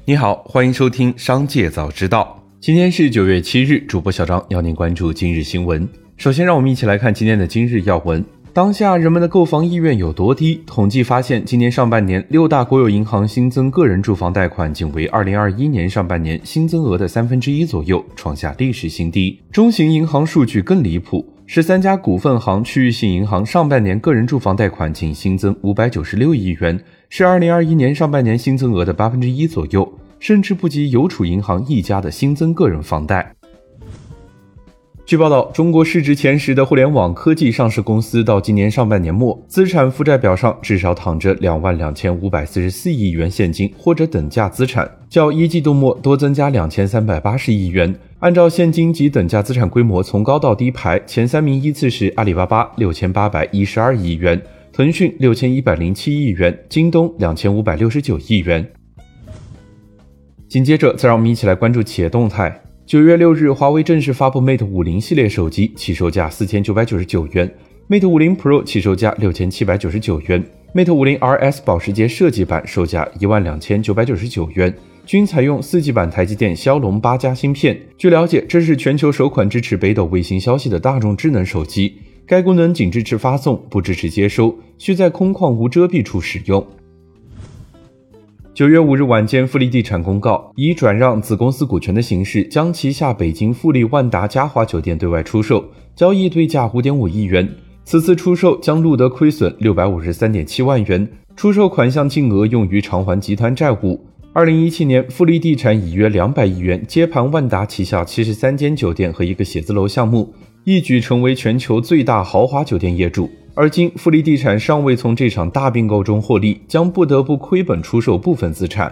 你好，欢迎收听商界早知道。今天是9月7日，主播小张要您关注今日新闻。首先让我们一起来看今天的今日要闻。当下人们的购房意愿有多低？统计发现，今年上半年6大国有银行新增个人住房贷款仅为2021年上半年新增额的1/3左右，创下历史新低。中型银行数据更离谱，13家股份行区域性银行上半年个人住房贷款仅新增596亿元，是2021年上半年新增额的1%左右，甚至不及邮储银行一家的新增个人房贷。据报道，中国市值前10的互联网科技上市公司到今年上半年末，资产负债表上至少躺着22544亿元现金或者等价资产，较一季度末多增加2380亿元。按照现金及等价资产规模从高到低排，前3名依次是阿里巴巴6812亿元，腾讯6107亿元，京东2569亿元。紧接着，再让我们一起来关注企业动态。9月6日，华为正式发布 Mate 50系列手机，起售价4999元 ，Mate 50 Pro 起售价6799元 ，Mate 50 RS 保时捷设计版售价12999元，均采用4G 版台积电骁龙8加芯片。据了解，这是全球首款支持北斗卫星消息的大众智能手机，该功能仅支持发送，不支持接收，需在空旷无遮蔽处使用。9月5日晚间，富力地产公告，以转让子公司股权的形式，将旗下北京富力万达嘉华酒店对外出售，交易对价 5.5 亿元。此次出售将录得亏损 653.7 万元，出售款项净额用于偿还集团债务。2017年，富力地产以约200亿元接盘万达旗下73间酒店和一个写字楼项目，一举成为全球最大豪华酒店业主。而今，富力地产尚未从这场大并购中获利，将不得不亏本出售部分资产。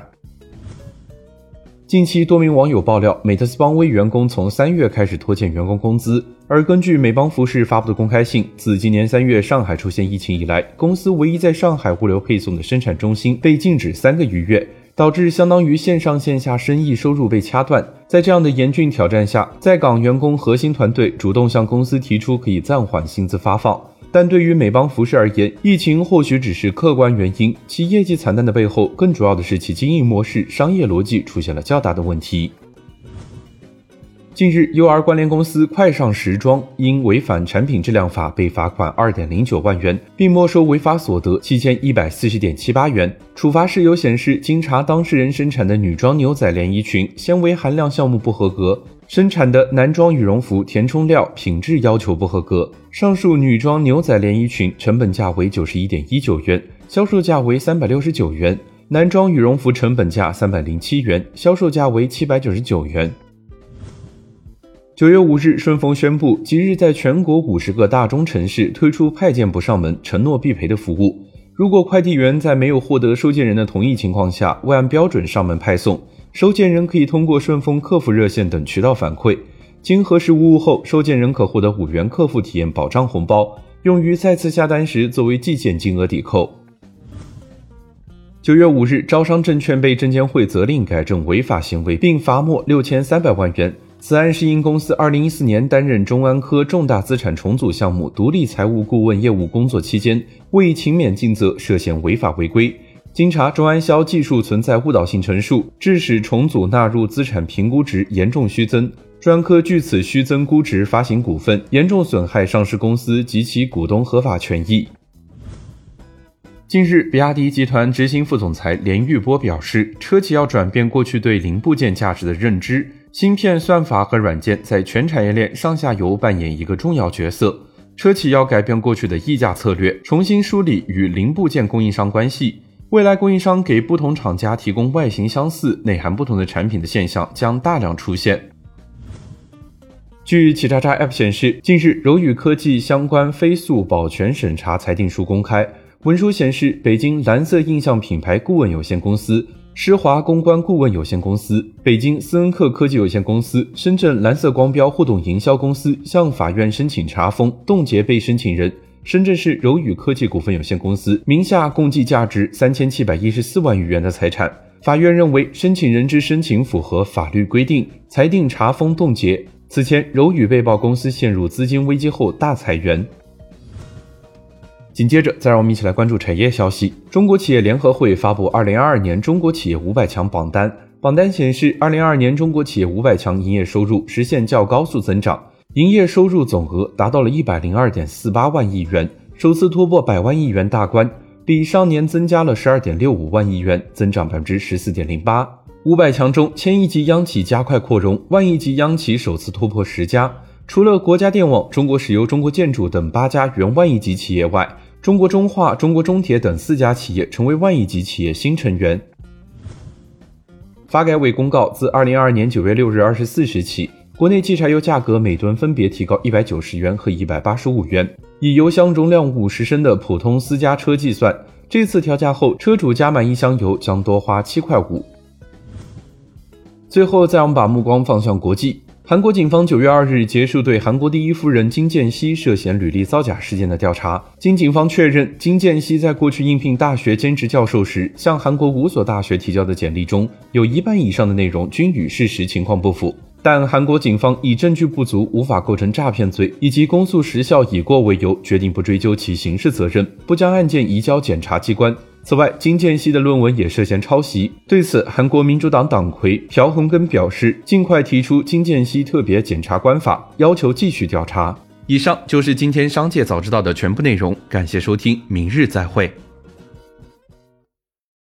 近期多名网友爆料，美特斯邦威员工从3月开始拖欠员工工资，而根据美邦服饰发布的公开信，自今年3月上海出现疫情以来，公司唯一在上海物流配送的生产中心被禁止3个余月，导致相当于线上线下生意收入被掐断。在这样的严峻挑战下，在岗员工核心团队主动向公司提出可以暂缓薪资发放。但对于美邦服饰而言，疫情或许只是客观原因，其业绩惨淡的背后，更主要的是其经营模式、商业逻辑出现了较大的问题。近日，UR 关联公司快上时装因违反产品质量法被罚款 2.09 万元，并没收违法所得 7140.78 元。处罚事由显示，经查当事人生产的女装牛仔连衣裙纤维含量项目不合格，生产的男装羽绒服填充料品质要求不合格。上述女装牛仔连衣裙成本价为 91.19 元，销售价为369元；男装羽绒服成本价307元，销售价为799元。9月5日，顺丰宣布，即日在全国50个大中城市推出派件不上门、承诺必赔的服务。如果快递员在没有获得收件人的同意情况下，未按标准上门派送，收件人可以通过顺丰客服热线等渠道反馈。经核实无误后，收件人可获得5元客户体验保障红包，用于再次下单时作为计件金额抵扣。9月5日，招商证券被证监会责令改正违法行为，并罚没6300万元。此案是因公司2014年担任中安科重大资产重组项目独立财务顾问业务工作期间，未勤勉尽责，涉嫌违法违规。经查，中安消技术存在误导性陈述，致使重组纳入资产评估值严重虚增，专科据此虚增估值发行股份，严重损害上市公司及其股东合法权益。近日，比亚迪集团执行副总裁连玉波表示，车企要转变过去对零部件价值的认知，芯片、算法和软件在全产业链上下游扮演一个重要角色。车企要改变过去的议价策略，重新梳理与零部件供应商关系。未来供应商给不同厂家提供外形相似、内涵不同的产品的现象将大量出现。据企查查 App 显示，近日柔宇科技相关非诉保全审查裁定书公开，文书显示，北京蓝色印象品牌顾问有限公司、施华公关顾问有限公司、北京斯恩克科技有限公司、深圳蓝色光标互动营销公司向法院申请查封、冻结被申请人深圳市柔宇科技股份有限公司名下共计价值3714万余元的财产。法院认为申请人之申请符合法律规定，裁定查封冻结。此前，柔宇被曝公司陷入资金危机后大裁员。 紧接着，再让我们一起来关注产业消息。中国企业联合会发布2022年中国企业500强榜单，榜单显示，2022年中国企业500强营业收入实现较高速增长，营业收入总额达到了102.48万亿元，首次突破100万亿元大关，比上年增加了12.65万亿元，增长14.08%。500强中，1000亿级央企加快扩容，10000亿级央企首次突破10家。除了国家电网、中国石油、中国建筑等8家原10000亿级企业外，中国中化、中国中铁等4家企业成为10000亿级企业新成员。发改委公告，自2022年9月6日24时起，国内汽柴油价格每吨分别提高190元和185元。以油箱容量50升的普通私家车计算，这次调价后，车主加满1箱油将多花7块5。最后，再让我们把目光放向国际。韩国警方9月2日结束对韩国第一夫人金建熙涉嫌履历造假事件的调查。经警方确认，金建熙在过去应聘大学兼职教授时，向韩国5所大学提交的简历中，有1半以上的内容均与事实情况不符。但韩国警方以证据不足，无法构成诈骗罪，以及公诉时效已过为由，决定不追究其刑事责任，不将案件移交检察机关。此外，金建熙的论文也涉嫌抄袭。对此，韩国民主党党魁朴洪根表示，尽快提出金建熙特别检察官法，要求继续调查。以上就是今天商界早知道的全部内容，感谢收听，明日再会。